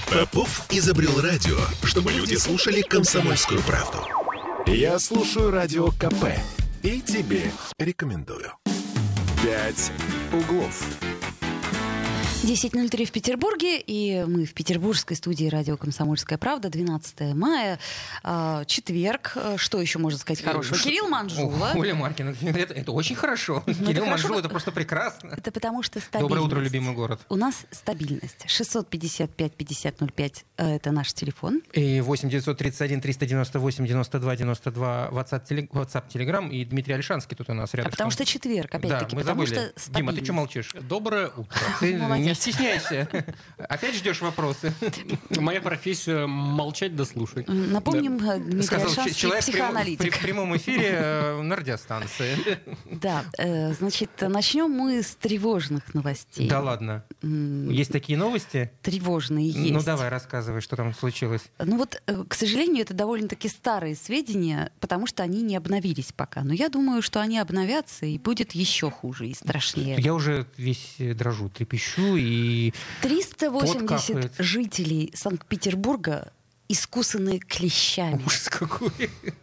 Попов изобрел радио, чтобы люди слушали комсомольскую правду. Я слушаю Радио КП и тебе рекомендую. «Пять углов». 10:03 в Петербурге, и мы в петербургской студии радио «Комсомольская правда», 12 мая, четверг. Что еще можно сказать хорошего? Кирилл Манжула. Оля Маркина, это очень хорошо. Кирилл Манжула, это просто прекрасно. Это потому что стабильность. Доброе утро, любимый город. У нас стабильность. 655-5005 — это наш телефон. И 8-931-398-92-92 WhatsApp, Telegram, и Дмитрий Альшанский тут у нас рядом. А потому что четверг, опять-таки, да, мы потому забыли. что Дима, ты что молчишь? Доброе утро. Ты не стесняйся. Опять ждешь вопросы? Моя профессия — молчать да слушать. Напомним, Дмитрий Сказал Альшанский, человек психоаналитик. в прямом эфире на радиостанции. Да, значит, начнем мы с тревожных новостей. Да ладно? Есть такие новости? Тревожные есть. Ну давай, рассказывай, что там случилось. Ну вот, к сожалению, это довольно-таки старые сведения, потому что они не обновились пока. Но я думаю, что они обновятся, и будет еще хуже и страшнее. Я уже весь дрожу, трепещу и 380 жителей Санкт-Петербурга искусаны клещами. Ужас какой.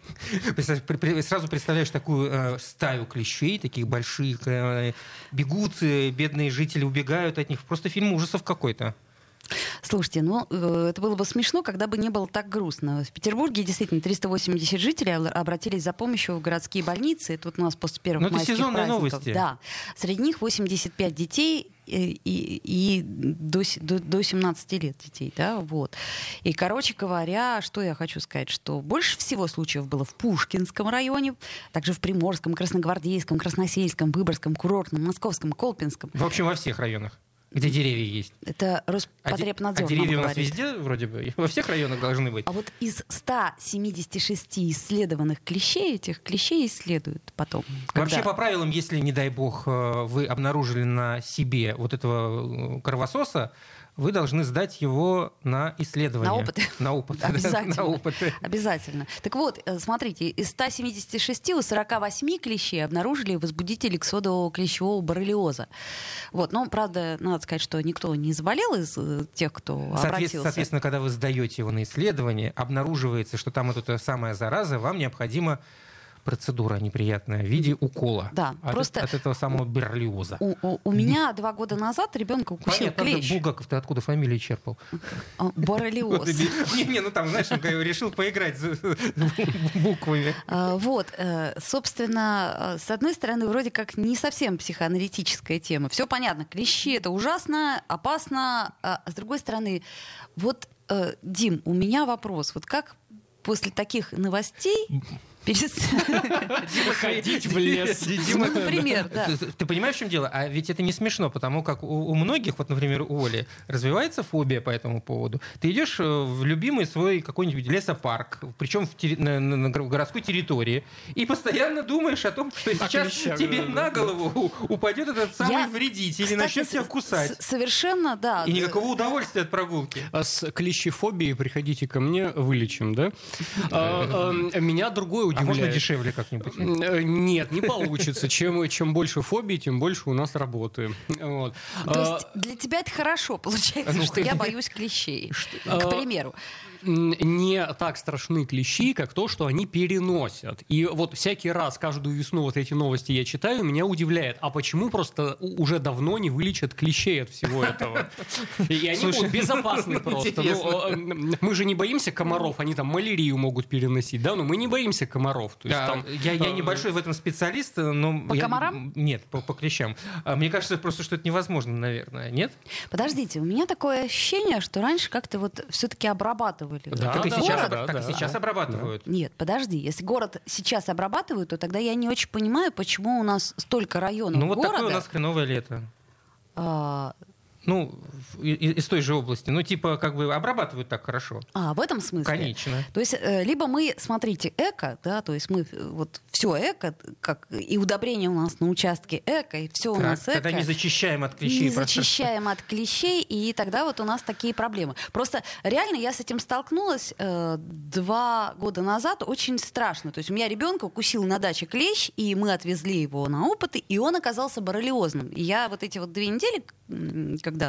Сразу представляешь такую стаю клещей, таких больших, бегут, бедные жители убегают от них. Просто фильм ужасов какой-то. Слушайте, ну, это было бы смешно, когда бы не было так грустно. В Петербурге действительно 380 жителей обратились за помощью в городские больницы. Это вот у нас после первых майских праздников. Это сезонные новости. Да. Среди них 85 детей и до 17 лет детей. Да, вот. И, короче говоря, что я хочу сказать, что больше всего случаев было в Пушкинском районе, также в Приморском, Красногвардейском, Красносельском, Выборгском, Курортном, Московском, Колпинском. В общем, во всех районах. Где деревья есть. Это Роспотребнадзор. А деревья у нас говорит. везде вроде бы? Во всех районах должны быть. А вот из 176 исследованных клещей, этих клещей исследуют потом. Вообще, по правилам, если, не дай бог, вы обнаружили на себе вот этого кровососа, вы должны сдать его на исследование. На опыты. На опыты. Обязательно. На опыты. Обязательно. Так вот, смотрите, из 176 у 48 клещей обнаружили возбудитель иксодового клещевого боррелиоза. Вот. Но, правда, надо сказать, что никто не заболел из тех, кто обратился. Соответственно, когда вы сдаете его на исследование, обнаруживается, что там эта самая зараза, вам необходима процедура неприятная в виде укола. Да, просто от этого самого боррелиоза. У меня 2 года назад ребенка укусил клещ. Булгаков, ты откуда фамилию черпал? Боррелиоз. Не, ну там, знаешь, он решил поиграть буквами. Вот, собственно, с одной стороны, вроде как не совсем психоаналитическая тема. Все понятно, клещи — это ужасно, опасно. А с другой стороны, вот, Дим, у меня вопрос. Вот как после таких новостей ходить в лес. Ну, например, да. Ты понимаешь, в чем дело? А ведь это не смешно, потому как у многих, вот, например, у Оли, развивается фобия по этому поводу. Ты идешь в любимый свой какой-нибудь лесопарк, причем на городской территории, и постоянно думаешь о том, что сейчас тебе на голову упадет этот самый вредитель и начнет тебя кусать. Совершенно, да. И никакого удовольствия от прогулки. А с клещефобией приходите ко мне, вылечим, да? Меня другое удивляет. А можно дешевле как-нибудь? Нет, не получится. Чем больше фобий, тем больше у нас работы. Вот. То есть для тебя это хорошо, получается, что я боюсь клещей, к примеру. Не так страшны клещи, как то, что они переносят. И вот всякий раз, каждую весну вот эти новости я читаю, меня удивляет, а почему просто уже давно не вылечат клещей от всего этого? И они будут безопасны просто. Мы же не боимся комаров, они там малярию могут переносить, да, но мы не боимся комаров. Я небольшой в этом специалист, но... По комарам? Нет, по клещам. Мне кажется просто, что это невозможно, наверное, нет? Подождите, у меня такое ощущение, что раньше как-то вот все-таки обрабатывали. Да, как и сейчас обрабатывают. Нет, подожди, если город сейчас обрабатывают, то тогда я не очень понимаю, почему у нас столько районов города... Ну вот такое у нас хреновое лето. Ну, из той же области. Ну, типа, как бы обрабатывают так хорошо. В этом смысле? Конечно. То есть, либо мы, смотрите, эко, да, то есть мы вот все эко, как и удобрения у нас на участке эко, и все у нас эко. Тогда не зачищаем от клещей. Не зачищаем от клещей, и тогда вот у нас такие проблемы. Просто реально я с этим столкнулась 2 года назад, очень страшно. То есть у меня ребенка укусил на даче клещ, и мы отвезли его на опыты, и он оказался боррелиозным. И я вот эти вот 2 недели, когда там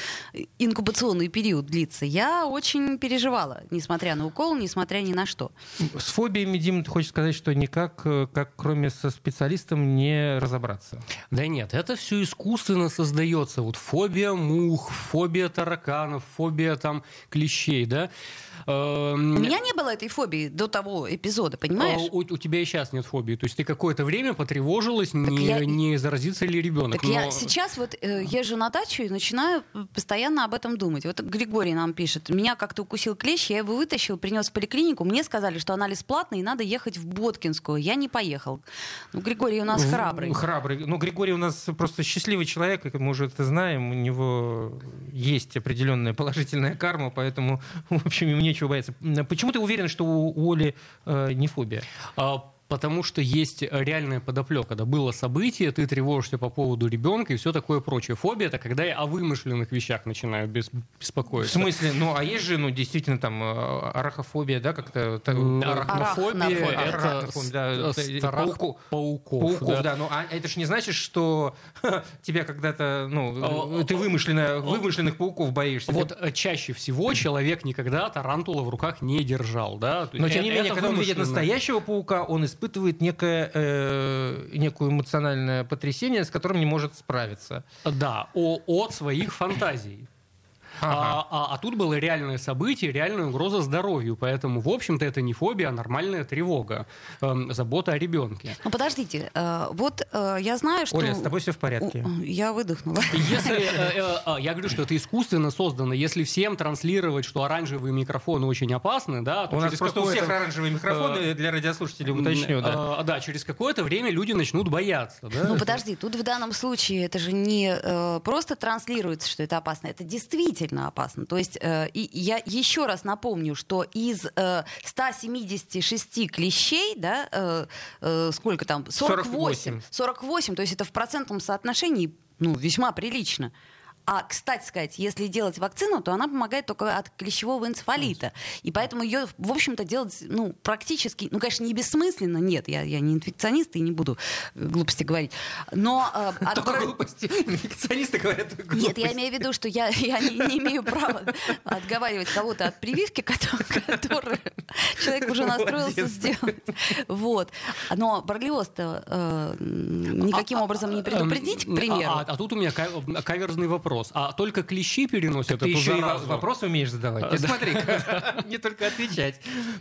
инкубационный период длится. Я очень переживала, несмотря на укол, несмотря ни на что. С фобиями, Дима, ты хочешь сказать, что никак, как кроме со специалистом, не разобраться? Да нет, это все искусственно создается. Вот фобия мух, фобия тараканов, фобия там клещей, да? У меня не было этой фобии до того эпизода, понимаешь? У тебя и сейчас нет фобии. То есть ты какое-то время потревожилась, не заразится ли ребенок. Так я сейчас вот езжу на дачу и начинаю постоянно об этом думать. Вот Григорий нам пишет. Меня как-то укусил клещ, я его вытащил, принес в поликлинику. Мне сказали, что анализ платный, и надо ехать в Боткинскую. Я не поехал. Ну, Григорий у нас храбрый. Храбрый. Ну, Григорий у нас просто счастливый человек, как мы уже это знаем. У него есть определенная положительная карма, поэтому, в общем, ему нечего бояться. Почему ты уверен, что у Оли не фобия? Потому что есть реальная подоплека. Да, было событие, ты тревожишься по поводу ребенка и все такое прочее. Фобия — это когда я о вымышленных вещах начинаю беспокоиться. В смысле? Ну, а есть же, действительно, там, арахофобия, да, как-то... Арахнофобия — это страх пауков. Да. Ну, а это же не значит, что тебя когда-то, ты вымышленных пауков боишься. Вот чаще всего человек никогда тарантула в руках не держал, да. Но, тем не менее, когда он видит настоящего паука, он испытывает некую эмоциональное потрясение, с которым не может справиться. Да, от своих фантазий. Ага. А тут было реальное событие, реальная угроза здоровью. Поэтому, в общем-то, это не фобия, а нормальная тревога. Забота о ребенке. Ну, подождите. Я знаю, что... Оля, с тобой все в порядке? Я выдохнула. Я говорю, что это искусственно создано. Если всем транслировать, что оранжевые микрофоны очень опасны, да, то у нас просто у всех оранжевые микрофоны, для радиослушателей уточню. Да, через какое-то время люди начнут бояться. Да? Ну, подожди, тут в данном случае это же не просто транслируется, что это опасно, это действительно опасно. То есть я еще раз напомню, что из 176 клещей, да, сколько там? 48. 48, то есть это в процентном соотношении весьма прилично. А, кстати сказать, если делать вакцину, то она помогает только от клещевого энцефалита. И поэтому ее, в общем-то, делать практически, конечно, не бессмысленно. Нет, я не инфекционист и не буду глупости говорить. Но только глупости. Инфекционисты говорят глупости. Нет, я имею в виду, что я не имею права отговаривать кого-то от прививки, которую человек уже настроился сделать. Вот. Но боррелиоз-то никаким образом не предупредить, к примеру. А тут у меня каверзный вопрос. А только клещи переносят ты эту еще заразу? И вопросы умеешь задавать. Ты смотри, не только отвечать.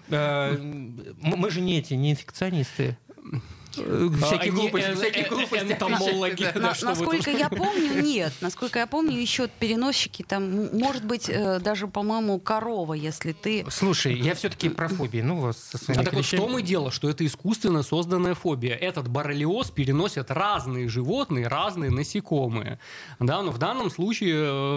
Мы же не инфекционисты. Всякие глупости. Энтомологи. Насколько я помню, нет. Насколько я помню, еще переносчики там, может быть, даже, по-моему, корова, если ты... Слушай, я все-таки про фобии. Со своими так вот, в том и дело, что это искусственно созданная фобия. Этот боррелиоз переносят разные животные, разные насекомые. Да, но в данном случае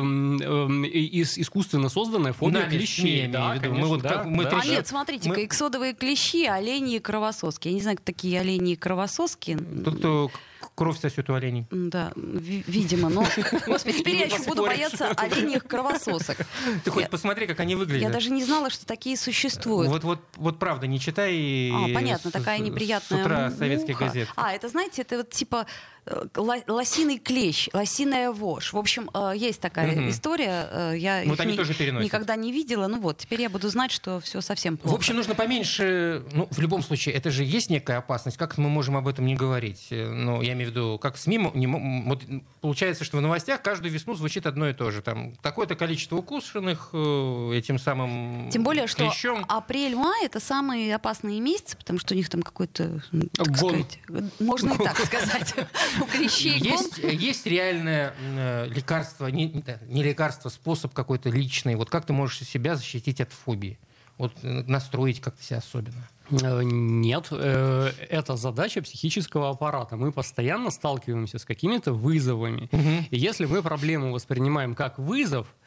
искусственно созданная фобия клещей. Да, нет, смотрите-ка, иксодовые клещи, олени и кровососки. Я не знаю, такие олени и кровососки. Тут кровь сосет у оленей. Да, видимо. Но, господи, теперь я еще буду бояться оленьих кровососок. Ты хоть посмотри, как они выглядят. Я даже не знала, что такие существуют. Вот правда, не читай понятно, такая неприятная с утра советских газет. Это, знаете, это вот типа лосиный клещ, лосиная вошь. В общем, есть такая история. Я их они тоже переносят. Никогда не видела. Теперь я буду знать, что все совсем плохо. В общем, нужно поменьше... в любом случае, это же есть некая опасность. Как мы можем об этом не говорить? Я имею в виду, как СМИ... Получается, что в новостях каждую весну звучит одно и то же. Там такое-то количество укушенных этим самым Тем более, что клещом. Апрель-май — это самые опасные месяцы, потому что у них там какой-то... можно и так сказать. У клещей есть реальное лекарство, не лекарство, способ какой-то личный. Вот как ты можешь себя защитить от фобии? Настроить как-то себя особенно? Нет, это задача психического аппарата. Мы постоянно сталкиваемся с какими-то вызовами. И если мы проблему воспринимаем как вызов,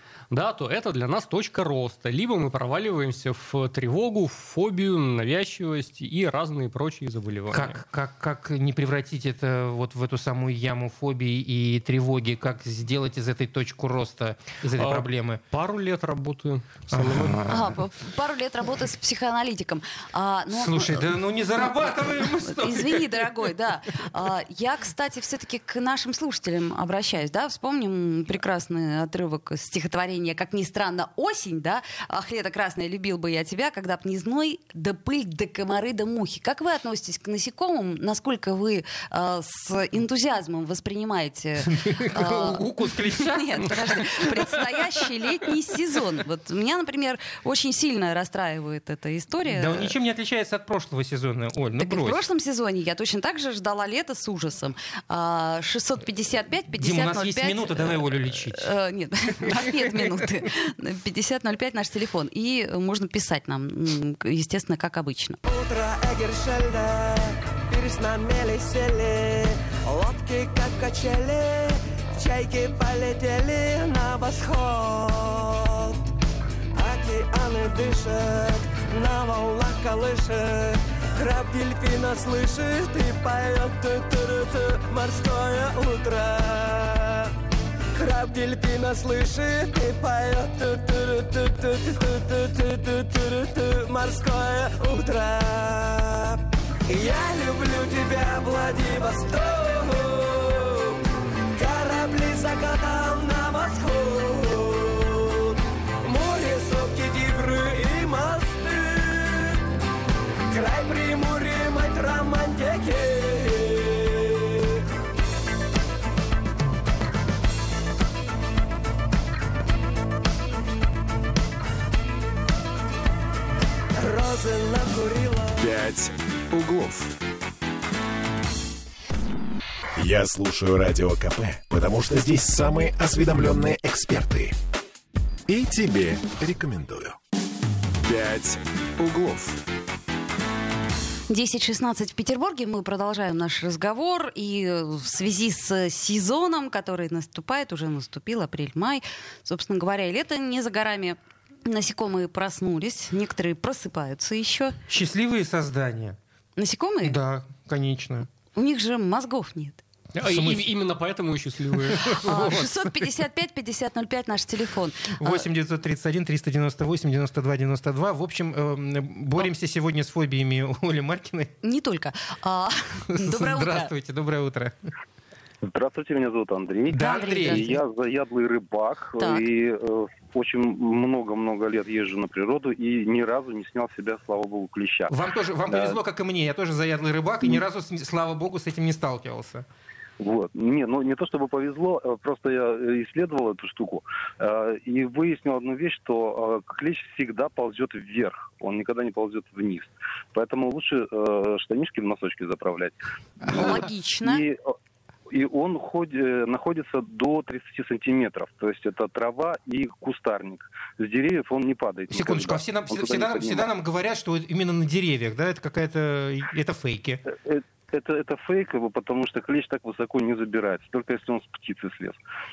да, то это для нас точка роста. Либо мы проваливаемся в тревогу, в фобию, навязчивость и разные прочие заболевания. Как не превратить это вот в эту самую яму фобии и тревоги? Как сделать из этой точку роста, из этой проблемы? Пару лет работаю. Пару лет работы с психоаналитиком. Слушай, не зарабатываем мы столько. Извини, дорогой, да. Я, кстати, все-таки к нашим слушателям обращаюсь, да, вспомним прекрасный отрывок стихотворения, как ни странно, «Осень», да, «Ах, лето красное, любил бы я тебя, когда б не зной, да пыль, да комары, да мухи». Как вы относитесь к насекомым? Насколько вы с энтузиазмом воспринимаете... Укус клеща? Нет, подожди. Предстоящий летний сезон. Вот меня, например, очень сильно расстраивает эта история. Да он ничем не отличается от прошлого сезона, Оль, ну Так брось. в прошлом сезоне я точно так же ждала лета с ужасом. 655-5005. Дима, у нас есть минута, давай Олю лечить. Нет, у нас нет минуты. 5005 наш телефон. И можно писать нам, естественно, как обычно. Утро Эгершельда, перед нами сели, лодки как качели, чайки полетели на восход. Океаны дышат, на волнах колышет, краб дельфина слышит и поет ту-ту-ру-ту, морское утро. Краб дельфина слышит и поет ту-ту-ру-ту-ту-ту-ту-ту-ту-ту-ту, морское утро. Я люблю тебя, Владивосток. Корабли закатал на восход. Море, сопки, тигры и мосты. Край Приморья, мать романтики. Розы накурила. 5 углов. Я слушаю Радио КП, потому что здесь самые осведомленные эксперты. И тебе рекомендую. 5 углов. 10:16 в Петербурге. Мы продолжаем наш разговор. И в связи с сезоном, который наступает, уже наступил апрель-май, собственно говоря, и лето не за горами. Насекомые проснулись, некоторые просыпаются еще. Счастливые создания. Насекомые? Да, конечно. У них же мозгов нет. Именно поэтому и счастливые. 655-5005 наш телефон. 8-931-398-92-92. В общем, боремся сегодня с фобиями Оли Маркиной. Не только. Доброе утро. Здравствуйте, доброе утро. Здравствуйте, меня зовут Андрей. Да, Андрей. Андрей. Я заядлый рыбак. Так. И очень много-много лет езжу на природу и ни разу не снял с себя, слава богу, клеща. Вам повезло, как и мне. Я тоже заядлый рыбак и ни разу, слава богу, с этим не сталкивался. Вот. Не то чтобы повезло, просто я исследовал эту штуку и выяснил одну вещь, что клещ всегда ползет вверх, он никогда не ползет вниз. Поэтому лучше штанишки в носочки заправлять. Логично. И он находится до 30 сантиметров. То есть это трава и кустарник. С деревьев он не падает. Секундочку, никогда. всегда нам говорят, что именно на деревьях, да, это фейки. Это фейк, потому что клещ так высоко не забирается, только если он с птицы слез.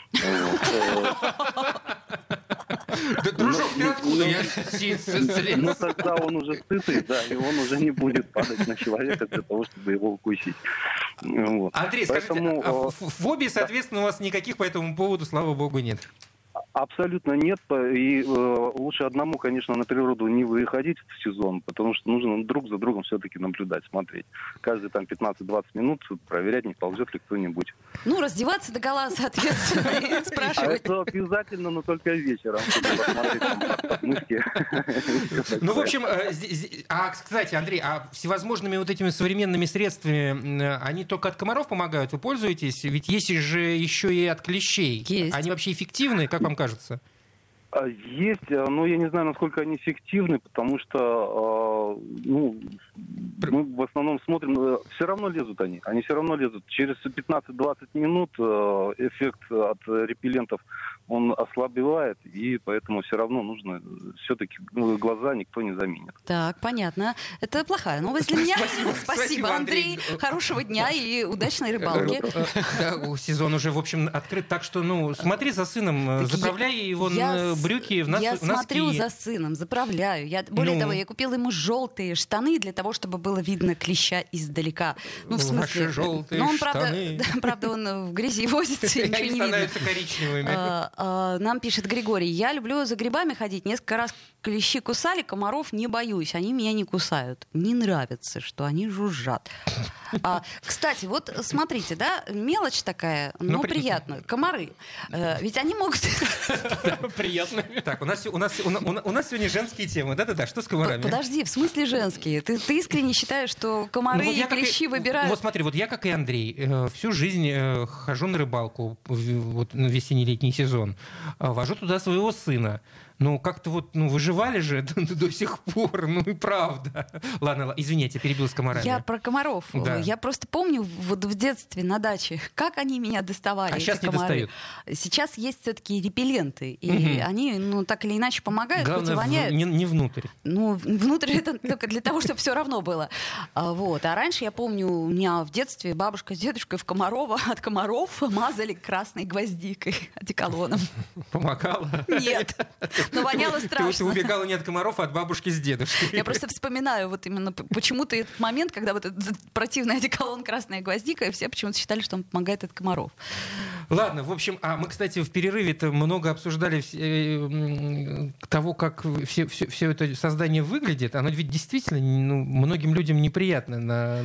Дружок, ты откуда? Я слез. Но тогда он уже сытый, да, и он уже не будет падать на человека для того, чтобы его укусить. Андрей, скажите, фобий, соответственно, у вас никаких по этому поводу, слава богу, нет? Абсолютно нет. И лучше одному, конечно, на природу не выходить в сезон, потому что нужно друг за другом все-таки наблюдать, смотреть. Каждые там 15-20 минут проверять, не ползет ли кто-нибудь. Ну, раздеваться догола, соответственно, и спрашивать. Это обязательно, но только вечером, чтобы посмотреть подмышки. Ну, в общем, кстати, Андрей, всевозможными вот этими современными средствами, они только от комаров помогают? Вы пользуетесь? Ведь есть же еще и от клещей. Есть. Они вообще эффективны, как вам кажется? Есть, но я не знаю, насколько они эффективны, потому что мы в основном смотрим, все равно лезут они все равно лезут. Через 15-20 минут эффект от репеллентов он ослабевает, и поэтому все равно нужно, все-таки глаза никто не заменит. Так, понятно. Это плохая новость для меня. Спасибо, Андрей. Хорошего дня и удачной рыбалки. Сезон уже, в общем, открыт, так что, смотри за сыном, заправляй его брюки в носки. Я смотрю за сыном, заправляю. Более того, я купила ему желтые штаны для того, чтобы было видно клеща издалека. В смысле... Ваши желтые штаны. Правда, он в грязи возится, и ничего не видно. Они становятся коричневыми. Нам пишет Григорий: я люблю за грибами ходить. Несколько раз клещи кусали, комаров не боюсь. Они меня не кусают. Не нравится, что они жужжат. Кстати, вот смотрите, да, мелочь такая, но приятно. Комары. Ведь они могут... Приятно. Так, у нас сегодня женские темы. Да-да-да, что с комарами? Подожди, в смысле женские? Ты искренне считаешь, что комары и клещи выбирают? Вот смотри, вот я, как и Андрей, всю жизнь хожу на рыбалку вот, на весенне-летний сезон. Вожу туда своего сына. Как-то выживали же до сих пор, и правда. Ладно, извините, перебил с комарами. Я про комаров. Да. Я просто помню вот в детстве на даче, как они меня доставали. А сейчас не комары. достают? Сейчас есть все-таки репелленты, и они, так или иначе помогают. Главное, хоть и воняют. не внутрь. Внутрь это только для того, чтобы все равно было. А раньше, я помню, у меня в детстве бабушка с дедушкой в Комарова от комаров мазали красной гвоздикой, одеколоном. Помогала? Нет. Но воняло страшно. Ты убегала не от комаров, а от бабушки с дедушкой. Я просто вспоминаю вот именно почему-то этот момент, когда вот этот противный одеколон «Красная гвоздика», и все почему-то считали, что он помогает от комаров. Ладно, в общем, мы, кстати, в перерыве-то много обсуждали того, как все это создание выглядит. Оно ведь действительно многим людям неприятно.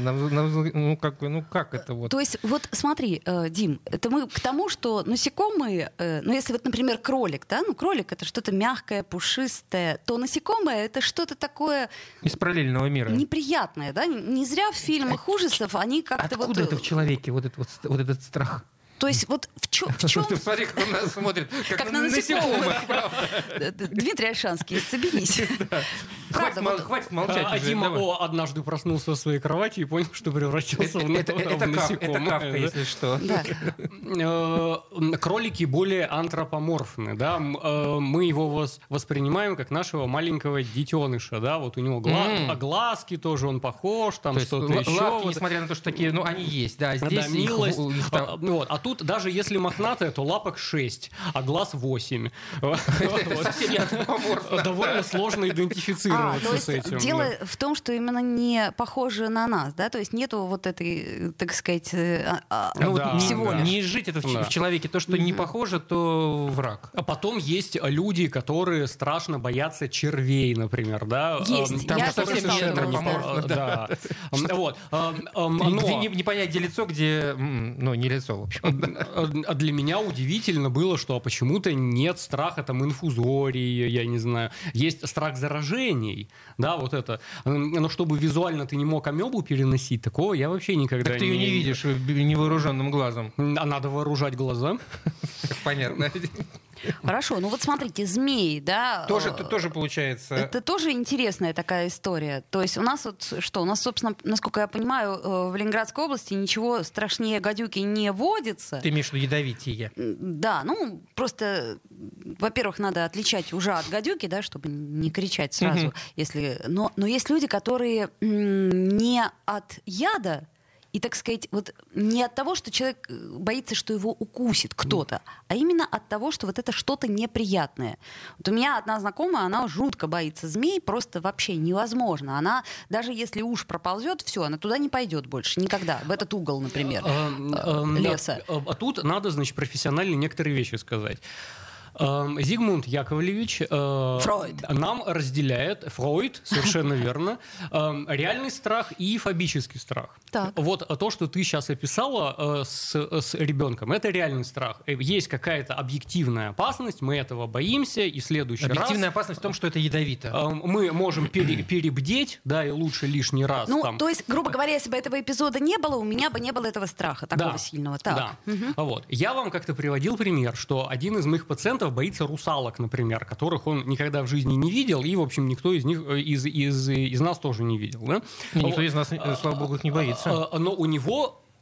Как это вот? То есть, вот смотри, Дим, это мы к тому, что насекомые, если вот, например, кролик, да, кролик — это что-то мягкое, пушистое, то насекомое — это что-то такое... Из параллельного мира. Неприятное, да? Не зря в фильмах ужасов они как-то вот... Откуда это в человеке, вот этот страх? То есть вот в чем... Ты смотри, как он нас смотрит, как на насекомых. Дмитрий Ольшанский, соберись. Хватит молчать. А Дима однажды проснулся в своей кровати и понял, что превратился в насекомое. Это Кафка, если что. Кролики более антропоморфны, да? Мы его воспринимаем как нашего маленького детеныша, да? Вот у него глазки тоже, он похож, там что-то еще. Лапки, несмотря на то, что такие, они есть, да, здесь милость. А тут даже если мохнатая, то лапок 6, а глаз 8. Совсем не антропоморфно. Довольно сложно идентифицироваться с этим. Дело в том, что именно не похоже на нас, да, то есть нету вот этой, так сказать, всего лишь. Не изжить это в человеке. То, что не похоже, то враг. А потом есть люди, которые страшно боятся червей, например, да? Есть. Там совсем не антропоморфно. Да. Вот. Не понять, где лицо, где... не лицо, в общем. Для меня удивительно было, что почему-то нет страха там инфузории, я не знаю. Есть страх заражений, да, вот это. Но чтобы визуально ты не мог амебу переносить, такого я вообще никогда так ты ее не видишь невооруженным глазом. А надо вооружать глаза. Понятно. Хорошо, вот смотрите, змеи, да? Тоже получается... Это тоже интересная такая история. То есть у нас у нас, собственно, насколько я понимаю, в Ленинградской области ничего страшнее гадюки не водится. Ты имеешь в виду ядовитие? Да, просто, во-первых, надо отличать ужа от гадюки, да, чтобы не кричать сразу. Но есть люди, которые не от яда, и, так сказать, вот не от того, что человек боится, что его укусит кто-то, а именно от того, что вот это что-то неприятное. Вот у меня одна знакомая, она жутко боится змей, просто вообще невозможно. Она, даже если уж проползет, все, она туда не пойдет больше, никогда, в этот угол, например, леса. А тут надо, значит, профессионально некоторые вещи сказать. Зигмунд Яковлевич нам разделяет, Фройд, совершенно верно, реальный страх и фобический страх. Так. Вот то, что ты сейчас описала с ребенком, это реальный страх. Есть какая-то объективная опасность, мы этого боимся, и в следующий раз... Объективная опасность в том, что это ядовито. Мы можем перебдеть, да, и лучше лишний раз. То есть, грубо говоря, если бы этого эпизода не было, у меня бы не было этого страха такого сильного. Так. Да. Вот. Я вам как-то приводил пример, что один из моих пациентов боится русалок, например, которых он никогда в жизни не видел, и, в общем, никто из них, из нас тоже не видел. Да? Никто из нас, слава богу, их не боится. Но у него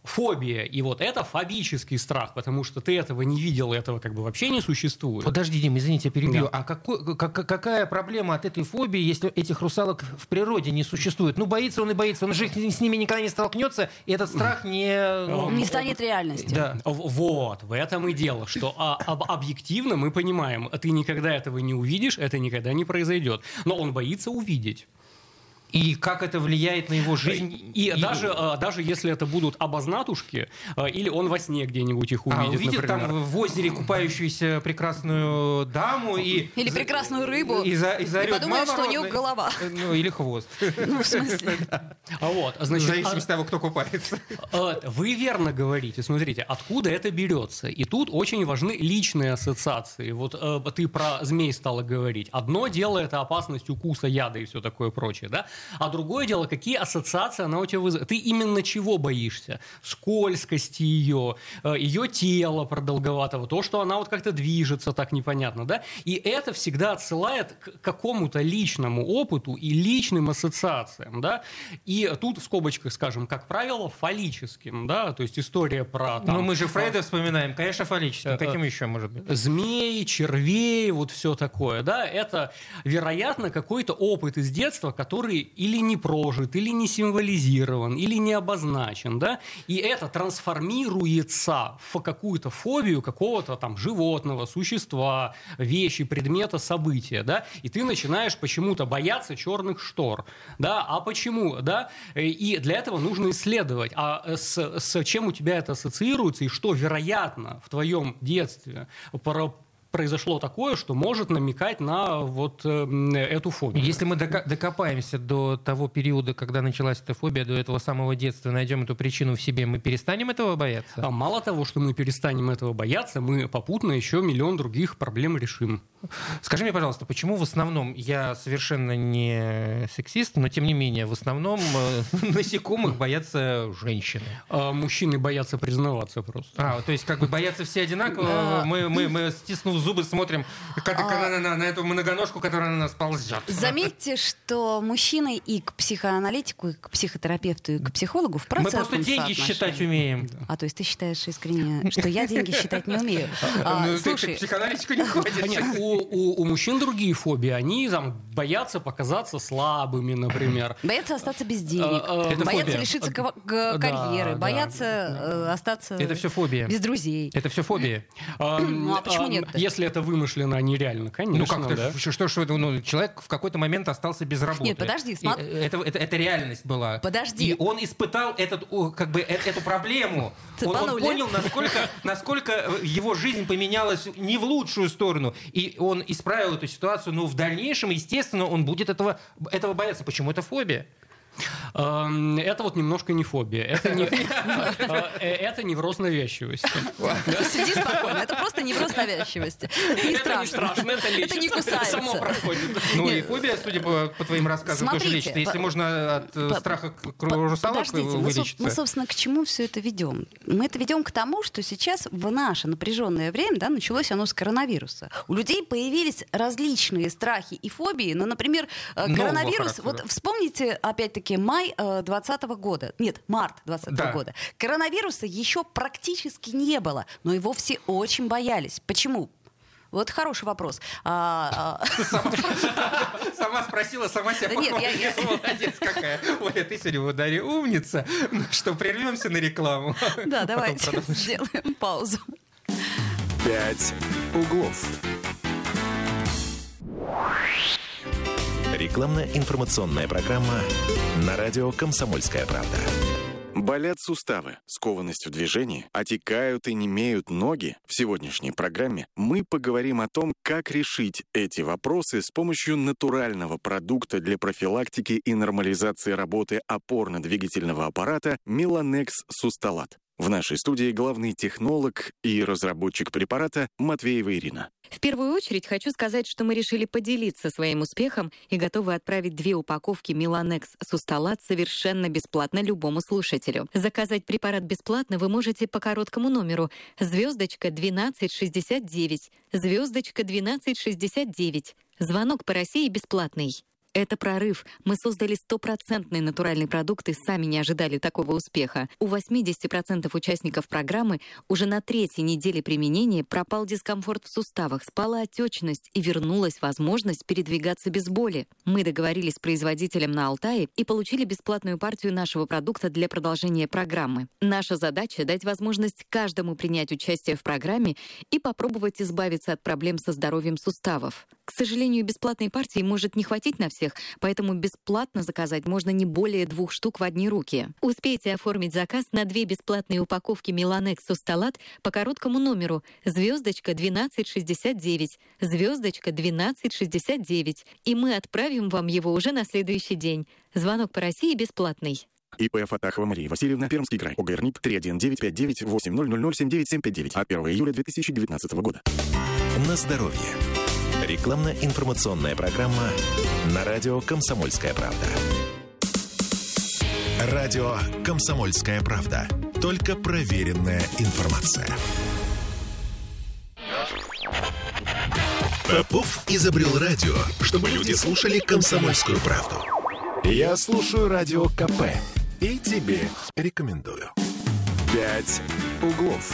фобия. И вот это фобический страх, потому что ты этого не видел, этого как бы вообще не существует. Подожди, Дим, извините, я перебью. Да. А какая проблема от этой фобии, если этих русалок в природе не существует? Ну, боится он и боится. Он же с ними никогда не столкнется, и этот страх Не станет реальностью. Да. Вот, в этом и дело, что объективно мы понимаем, ты никогда этого не увидишь, это никогда не произойдет. Но он боится увидеть. И как это влияет на его жизнь? И даже если это будут обознатушки, или он во сне где-нибудь их увидит, увидит например. там в озере купающуюся прекрасную даму и... Или прекрасную рыбу. И заорет: подумает, «Мама что у нее родная». голова. Ну, или хвост. Ну, в смысле. Вот, В значит, зависимости от того, кто купается. вы верно говорите. Смотрите, откуда это берется. И тут очень важны личные ассоциации. Вот ты про змей стала говорить. Одно дело — это опасность укуса, яда и все такое прочее, да? А другое дело, какие ассоциации она у тебя вызывает. Ты именно чего боишься? Скользкости ее тела продолговатого, то, что она вот как-то движется так непонятно, да? И это всегда отсылает к какому-то личному опыту и личным ассоциациям, да? И тут в скобочках скажем, как правило, фаллическим, да? То есть история про... Ну, мы же Фрейда вспоминаем, конечно, фаллическим. Каким еще может быть? Змей, червей, вот все такое, да, это, вероятно, какой-то опыт из детства, который или не прожит, или не символизирован, или не обозначен, да, и это трансформируется в какую-то фобию какого-то там животного, существа, вещи, предмета, события, да, и ты начинаешь почему-то бояться черных штор, да, а почему, да, и для этого нужно исследовать, а с чем у тебя это ассоциируется, и что, вероятно, в твоем детстве произошло такое, что может намекать на вот эту фобию. Если мы докопаемся до того периода, когда началась эта фобия, до этого самого детства, найдем эту причину в себе, мы перестанем этого бояться? А мало того, что мы перестанем этого бояться, мы попутно еще миллион других проблем решим. Скажи мне, пожалуйста, почему в основном, я совершенно не сексист, но тем не менее, в основном насекомых боятся женщины? Мужчины боятся признаваться просто. То есть как бы боятся все одинаково, мы стиснув зубы смотрим на эту многоножку, которая на нас ползет. Заметьте, что мужчины и к психоаналитику, и к психотерапевту, и к психологу в Мы процентном просто деньги соотношении. считать умеем. То есть ты считаешь искренне, что я деньги считать не умею? Ты Слушай, к психоаналитику не ходишь. Нет, у мужчин другие фобии. Они там боятся показаться слабыми, например. боятся остаться без денег, Это боятся фобия. лишиться карьеры, да, боятся остаться Это все фобия. без друзей. Это все фобия. Ну, а почему нет-то? Если это вымышленно, а не реально, конечно. Ну как-то, да. что человек в какой-то момент остался без работы. Нет, подожди, смотри. Это реальность была. Подожди. И он испытал эту проблему. Он Цепанули. понял, насколько его жизнь поменялась не в лучшую сторону. И он исправил эту ситуацию, но в дальнейшем, естественно, он будет этого бояться. Почему это фобия? Это вот немножко не фобия. Это невроз навязчивости. Сиди спокойно, это просто невроз навязчивости. Не Это не страшно, это лечится. Это не кусается. Само проходит. Ну и фобия, судя по твоим рассказам, тоже Смотрите, лечится. Если можно от страха русалок Подождите, вылечиться. мы, собственно, к чему все это ведем? Мы это ведем к тому, что сейчас в наше напряженное время, да, началось оно с коронавируса. У людей появились различные страхи и фобии. Ну, например, коронавирус. характера. Вот вспомните, опять-таки, май 2020 года. Нет, март 2020 Да. года. Коронавируса еще практически не было, но его все очень боялись. Почему? Вот хороший вопрос. Сама спросила, сама себя Да нет, похвалила. Молодец какая. Оля, ты сегодня в ударе умница. Ну что, прервемся на рекламу? Да, давайте Потом продолжим. сделаем паузу. «Пять углов». Рекламно-информационная программа на радио «Комсомольская правда». Болят суставы, скованность в движении, отекают и немеют ноги? В сегодняшней программе мы поговорим о том, как решить эти вопросы с помощью натурального продукта для профилактики и нормализации работы опорно-двигательного аппарата Меланекс Сусталат. В нашей студии главный технолог и разработчик препарата Матвеева Ирина. В первую очередь хочу сказать, что мы решили поделиться своим успехом и готовы отправить 2 упаковки Меланекс Сусталат совершенно бесплатно любому слушателю. Заказать препарат бесплатно вы можете по короткому номеру *1269, *1269. Звонок по России бесплатный. Это прорыв. Мы создали 100% натуральный продукт и сами не ожидали такого успеха. У 80% участников программы уже на 3-й неделе применения пропал дискомфорт в суставах, спала отечность и вернулась возможность передвигаться без боли. Мы договорились с производителем на Алтае и получили бесплатную партию нашего продукта для продолжения программы. Наша задача — дать возможность каждому принять участие в программе и попробовать избавиться от проблем со здоровьем суставов. К сожалению, бесплатной партии может не хватить на всех, поэтому бесплатно заказать можно не более 2 штук в одни руки. Успейте оформить заказ на 2 бесплатные упаковки Milanex Sustalaat по короткому номеру *1269, *1269, и мы отправим вам его уже на следующий день. Звонок по России бесплатный. ИП Фатахова Мария Васильевна, Пермский край. ОГРНИП 31959800079 от 1 июля 2019 года. На здоровье. Рекламно-информационная программа на радио «Комсомольская правда». Радио «Комсомольская правда». Только проверенная информация. Попов изобрел радио, чтобы люди слушали «Комсомольскую правду». Я слушаю радио КП и тебе рекомендую. 5 углов.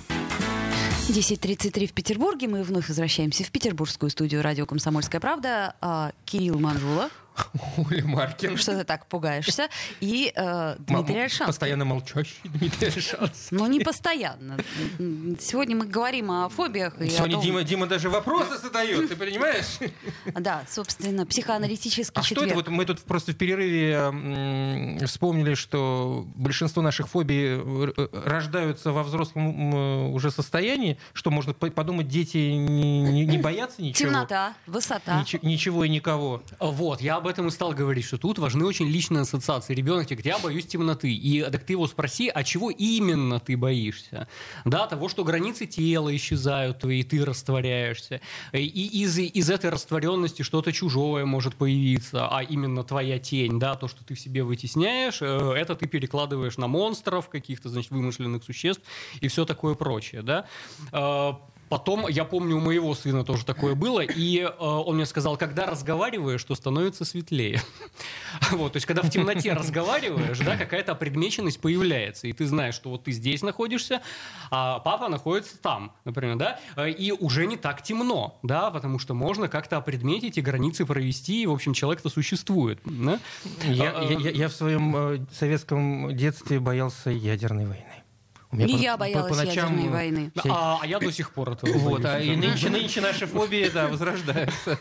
10:33 в Петербурге. Мы вновь возвращаемся в петербургскую студию радио «Комсомольская правда». Кирилл Манжула. Оля Маркин. Что ты так пугаешься? И Дмитрий Ольшанский. Постоянно молчащий Дмитрий Ольшанский. Но не постоянно. Сегодня мы говорим о фобиях. И сегодня о том... Дима даже вопросы задает, ты понимаешь? Да, собственно, психоаналитический четверг. Что это? Вот мы тут просто в перерыве вспомнили, что большинство наших фобий рождаются во взрослом уже состоянии, что можно подумать, дети не боятся ничего. Темнота, высота. Ничего и никого. Вот, я об этом и стал говорить, что тут важны очень личные ассоциации. Ребенок тебе говорит, я боюсь темноты. И так ты его спроси, а чего именно ты боишься? Да, того, что границы тела исчезают, и ты растворяешься. И из этой растворенности что-то чужое может появиться, а именно твоя тень, да, то, что ты в себе вытесняешь, это ты перекладываешь на монстров, каких-то, значит, вымышленных существ и все такое прочее, да. Потом, я помню, у моего сына тоже такое было, и он мне сказал, когда разговариваешь, то становится светлее. Вот, то есть, когда в темноте разговариваешь, да, какая-то опредмеченность появляется, и ты знаешь, что вот ты здесь находишься, а папа находится там, например, да, и уже не так темно, да, потому что можно как-то опредметить и границы провести, и, в общем, человек-то существует. Да? Я в своем советском детстве боялся ядерной войны. И я боялась ядерной войны. А я до сих пор этого вот, боюсь. И нынче наши фобии, да, возрождаются.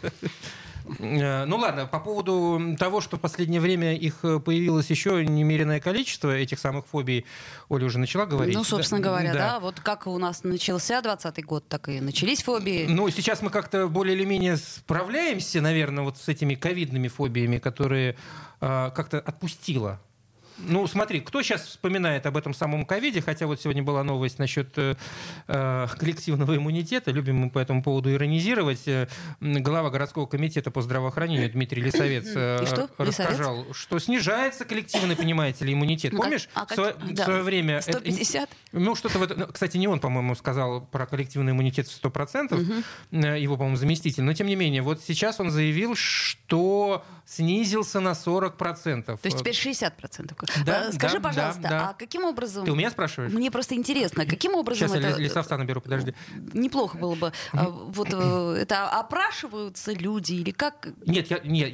Ну ладно, по поводу того, что в последнее время их появилось еще немереное количество, этих самых фобий, Оля уже начала говорить. Ну, собственно говоря, да. Вот как у нас начался 2020 год, так и начались фобии. Ну, сейчас мы как-то более или менее справляемся, наверное, вот с этими ковидными фобиями, которые как-то отпустило. Ну, смотри, кто сейчас вспоминает об этом самом ковиде, хотя вот сегодня была новость насчет коллективного иммунитета, любим мы по этому поводу иронизировать. Глава городского комитета по здравоохранению Дмитрий Лисовец рассказал, что снижается коллективный, понимаете ли, иммунитет. Помнишь, в свое время... 150? Ну, что-то в этом... Кстати, не он, по-моему, сказал про коллективный иммунитет в 100%, его, по-моему, заместитель, но тем не менее, вот сейчас он заявил, что снизился на 40%. То есть теперь 60%. Да, скажи, да, пожалуйста, да. А каким образом... Ты у меня спрашиваешь? Мне просто интересно, каким образом сейчас это... я лесовца наберу, подожди. Неплохо было бы. Вот это опрашиваются люди или как? Нет,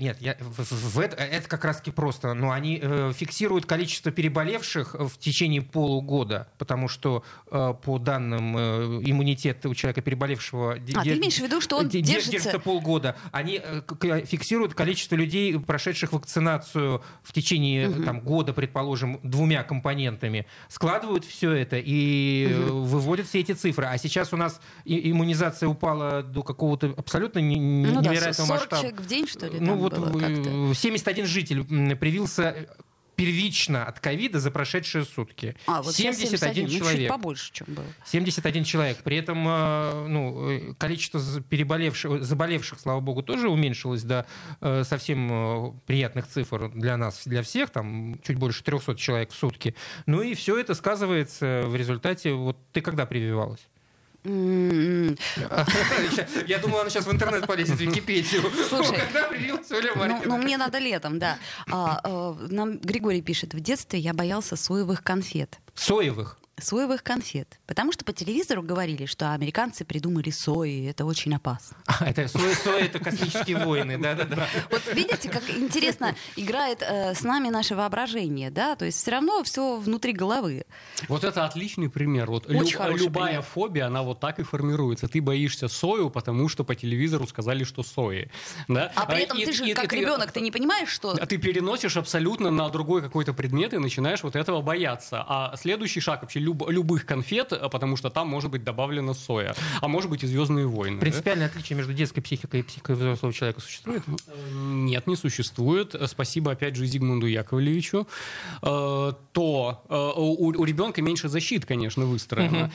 это как раз-таки просто. Но они фиксируют количество переболевших в течение полугода, потому что по данным иммунитета у человека, переболевшего... ты имеешь в виду, что он держится полгода. Они фиксируют количество людей, прошедших вакцинацию в течение года, предположим, 2 компонентами, складывают все это и выводят все эти цифры. А сейчас у нас иммунизация упала до какого-то абсолютно невероятного 40 масштаба. человек в день, что ли? Ну вот было 71 житель привился первично от ковида за прошедшие сутки. Вот 71 человек. Чуть побольше, чем было. 71 человек. При этом количество заболевших, слава богу, тоже уменьшилось до совсем приятных цифр для нас, для всех, там чуть больше 300 человек в сутки. Ну и все это сказывается в результате... Вот ты когда прививалась? Я думал, она сейчас в интернет полезет, в Википедию. Слушай, Когда привилась Оля Маркина? Ну, мне надо летом, да. Нам Григорий пишет: в детстве я боялся соевых конфет. Соевых. Соевых конфет. Потому что по телевизору говорили, что американцы придумали сои, это очень опасно. Это сои, это космические войны, да-да-да. Вот видите, как интересно играет с нами наше воображение, да? То есть все равно все внутри головы. Вот это отличный пример. Вот Очень хороший любая пример. фобия, она вот так и формируется. Ты боишься сою, потому что по телевизору сказали, что сои. Да? А при этом ты же, как ребенок, ты не понимаешь, что... А ты переносишь абсолютно на другой какой-то предмет и начинаешь вот этого бояться. А следующий шаг вообще любых конфет, потому что там может быть добавлена соя, а может быть и «Звездные войны». Принципиальное отличие между детской психикой и психикой взрослого человека существует? Нет, не существует. Спасибо опять же Зигмунду Яковлевичу. У ребенка меньше защит, конечно, выстроено.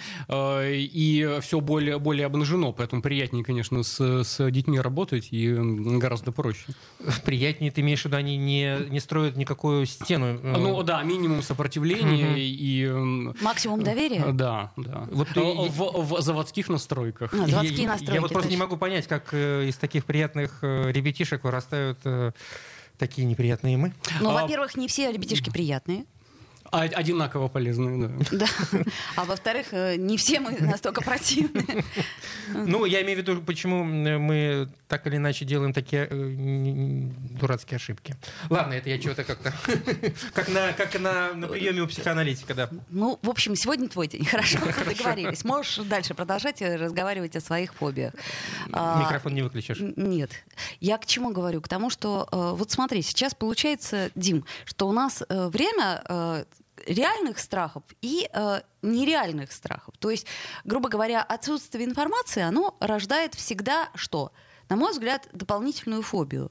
И все более обнажено, поэтому приятнее, конечно, с детьми работать и гораздо проще. Приятнее, ты имеешь в виду, они не строят никакую стену? Ну да, минимум сопротивления и... Максимум доверия? Да. Вот в заводских настройках. Заводские настройки. Я вот просто не точно. могу понять, как из таких приятных ребятишек вырастают такие неприятные мы. Ну, во-первых, не все ребятишки приятные. Одинаково полезные, да. Да. А во-вторых, не все мы настолько противные. Ну, я имею в виду, почему мы так или иначе делаем такие дурацкие ошибки. Ладно, это я чего-то как-то... Как на приеме у психоаналитика, да. Ну, в общем, сегодня твой день. Хорошо, договорились. Можешь дальше продолжать разговаривать о своих фобиях. Микрофон не выключишь. Нет. Я к чему говорю? К тому, что... Вот смотри, сейчас получается, Дим, что у нас время... реальных страхов и нереальных страхов. То есть, грубо говоря, отсутствие информации, оно рождает всегда что? На мой взгляд, дополнительную фобию.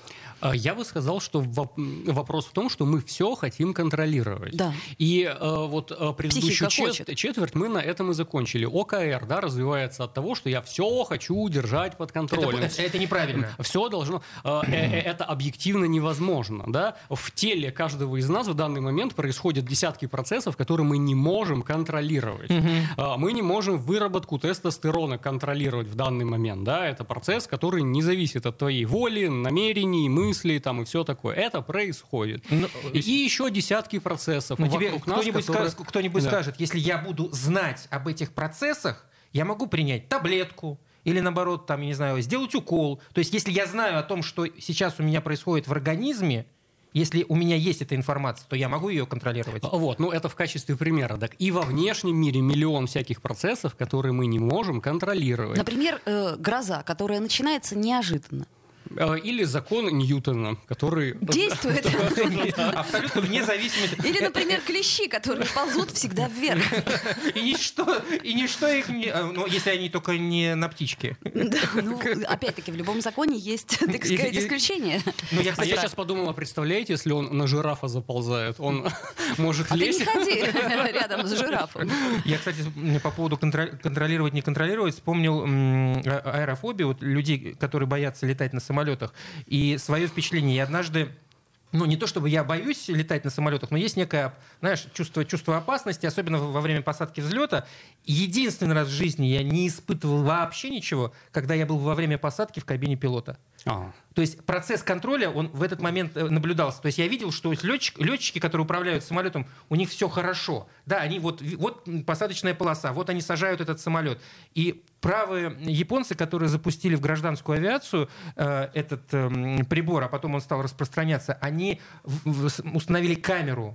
Я бы сказал, что вопрос в том, что мы все хотим контролировать. Да. И вот предыдущую Психика четверть мы на этом и закончили. ОКР, да, развивается от того, что я все хочу держать под контролем. Это неправильно. Все должно... Это объективно невозможно. Да? В теле каждого из нас в данный момент происходят десятки процессов, которые мы не можем контролировать. Мы не можем выработку тестостерона контролировать в данный момент. Да? Это процесс, который не зависит от твоей воли, намерений, мыслей там, и все такое. Это происходит. И еще десятки процессов. Но тебе кто-нибудь скажет, если я буду знать об этих процессах, я могу принять таблетку или, наоборот, там, я не знаю, сделать укол. То есть, если я знаю о том, что сейчас у меня происходит в организме, если у меня есть эта информация, то я могу ее контролировать. Вот, ну это в качестве примера. Так. И во внешнем мире миллион всяких процессов, которые мы не можем контролировать. Например, гроза, которая начинается неожиданно. Или закон Ньютона, который... Действует. Абсолютно вне зависимости. Или, например, клещи, которые ползут всегда вверх. И ничто их не... Ну, если они только не на птичке. Да, ну, опять-таки, в любом законе есть, так сказать, исключения. Ну, я сейчас подумала, представляете, если он на жирафа заползает, он может лезть... А ты не ходи рядом с жирафом. Я, кстати, по поводу контролировать, не контролировать, вспомнил аэрофобию, вот людей, которые боятся летать на самолетах, и свое впечатление. Я однажды, ну, не то чтобы я боюсь летать на самолетах, но есть некое, знаешь, чувство опасности, особенно во время посадки взлета. Единственный раз в жизни я не испытывал вообще ничего, когда я был во время посадки в кабине пилота. То есть процесс контроля, он в этот момент наблюдался. То есть я видел, что летчики, которые управляют самолетом, у них все хорошо. Да, они вот посадочная полоса, вот они сажают этот самолет. И правые японцы, которые запустили в гражданскую авиацию этот прибор, а потом он стал распространяться, они установили камеру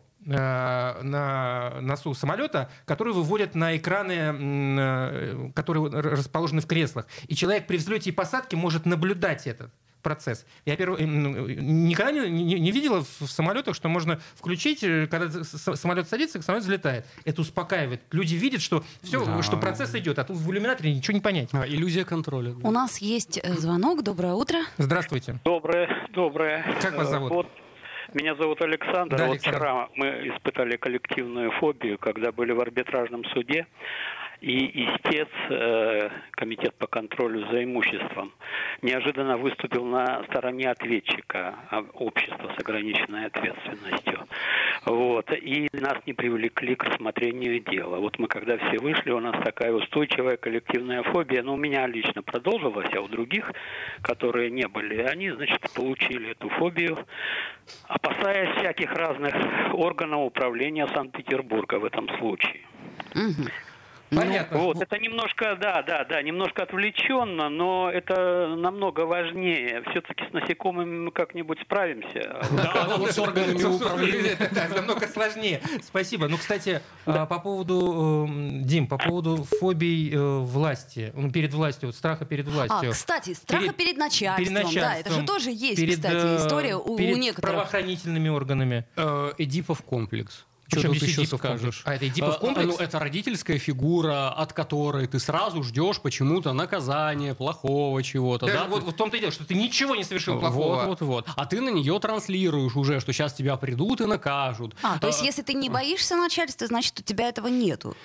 на носу самолета, которые выводят на экраны, которые расположены в креслах. И человек при взлете и посадке может наблюдать этот процесс. Я никогда не видела в самолетах, что можно включить, когда самолет садится, самолет взлетает. Это успокаивает. Люди видят, что все, да, что процесс идет, а тут в иллюминаторе ничего не понять. Иллюзия контроля. У нас есть звонок. Доброе утро. Здравствуйте. Доброе. Как вас зовут? Вот, меня зовут Александр. Да, вот Александр. вчера мы испытали коллективную фобию, когда были в арбитражном суде. И истец, комитет по контролю за имуществом, неожиданно выступил на стороне ответчика, общества с ограниченной ответственностью. Вот. И нас не привлекли к рассмотрению дела. Вот мы когда все вышли, у нас такая устойчивая коллективная фобия. Но у меня лично продолжилась, а у других, которые не были, они, значит, получили эту фобию, опасаясь всяких разных органов управления Санкт-Петербурга в этом случае. Понятно. Вот, это немножко, немножко отвлеченно, но это намного важнее. Все-таки с насекомыми мы как-нибудь справимся. Да, вот с органами управления. Это намного сложнее. Спасибо. Ну, кстати, по поводу, Дим, по поводу фобий власти, перед властью, страха перед властью. Кстати, страха перед начальством. Да, это же тоже есть, кстати, история у перед некоторых. правоохранительными органами. Эдипов комплекс. Что тут здесь еще Эдипов скажешь? комплекс? А это Эдипов комплекс? Ну, это родительская фигура, от которой ты сразу ждешь почему-то наказания, плохого чего-то. Да? Вот в том-то и дело, что ты ничего не совершил плохого. Вот. А ты на нее транслируешь уже, что сейчас тебя придут и накажут. То есть если ты не боишься начальства, значит, у тебя этого нету.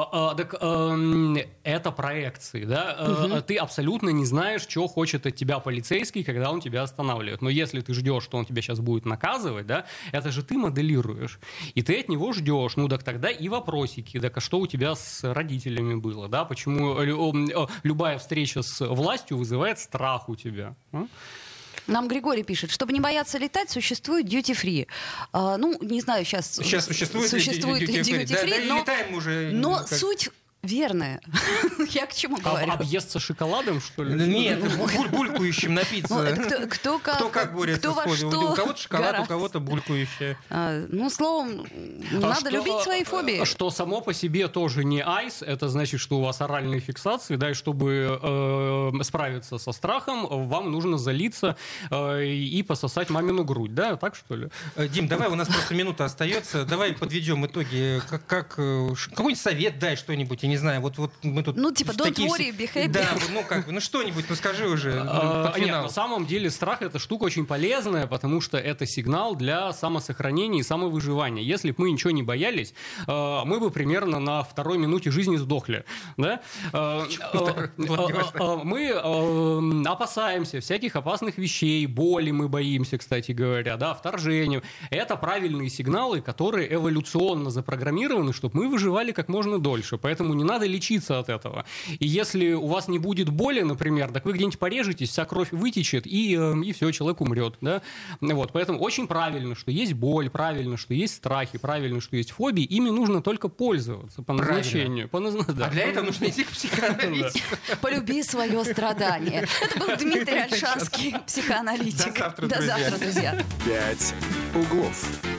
Это проекции, да? Ты абсолютно не знаешь, что хочет от тебя полицейский, когда он тебя останавливает. Но если ты ждешь, что он тебя сейчас будет наказывать, да, это же ты моделируешь. И ты от него ждешь. Ну, так тогда и вопросики. Так а что у тебя с родителями было, да? Почему любая встреча с властью вызывает страх у тебя? Нам Григорий пишет, чтобы не бояться летать, существует duty-free. Не знаю, сейчас существует duty-free, да, и летаем уже. Но суть верная. Я к чему говорю? Объесться шоколадом, что ли? Нет, булькающим напиться. Кто как борется с фобией? У кого-то шоколад, у кого-то булькающее. Словом, надо любить свои фобии. Что само по себе тоже не айс, это значит, что у вас оральные фиксации, да, и чтобы справиться со страхом, вам нужно залиться и пососать мамину грудь, да, так что ли? Дим, давай, у нас просто минута остается, давай подведем итоги. Какой-нибудь совет дай, что-нибудь, я не знаю, вот мы тут... don't worry, be happy. Да, что-нибудь, скажи уже. Нет, на самом деле страх — это штука очень полезная, потому что это сигнал для самосохранения и самовыживания. Если бы мы ничего не боялись, мы бы примерно на второй минуте жизни сдохли. Да? Мы опасаемся всяких опасных вещей, боли мы боимся, кстати говоря, да, вторжения. Это правильные сигналы, которые эволюционно запрограммированы, чтобы мы выживали как можно дольше. Поэтому не надо лечиться от этого. И если у вас не будет боли, например, так вы где-нибудь порежетесь, вся кровь вытечет, и все, человек умрет. Да? Вот, поэтому очень правильно, что есть боль, правильно, что есть страхи, правильно, что есть фобии, ими нужно только пользоваться по назначению. А для этого нужно идти к психоаналитику. Полюби свое страдание. Это был Дмитрий Ольшанский, психоаналитик. До завтра, друзья. 5 углов.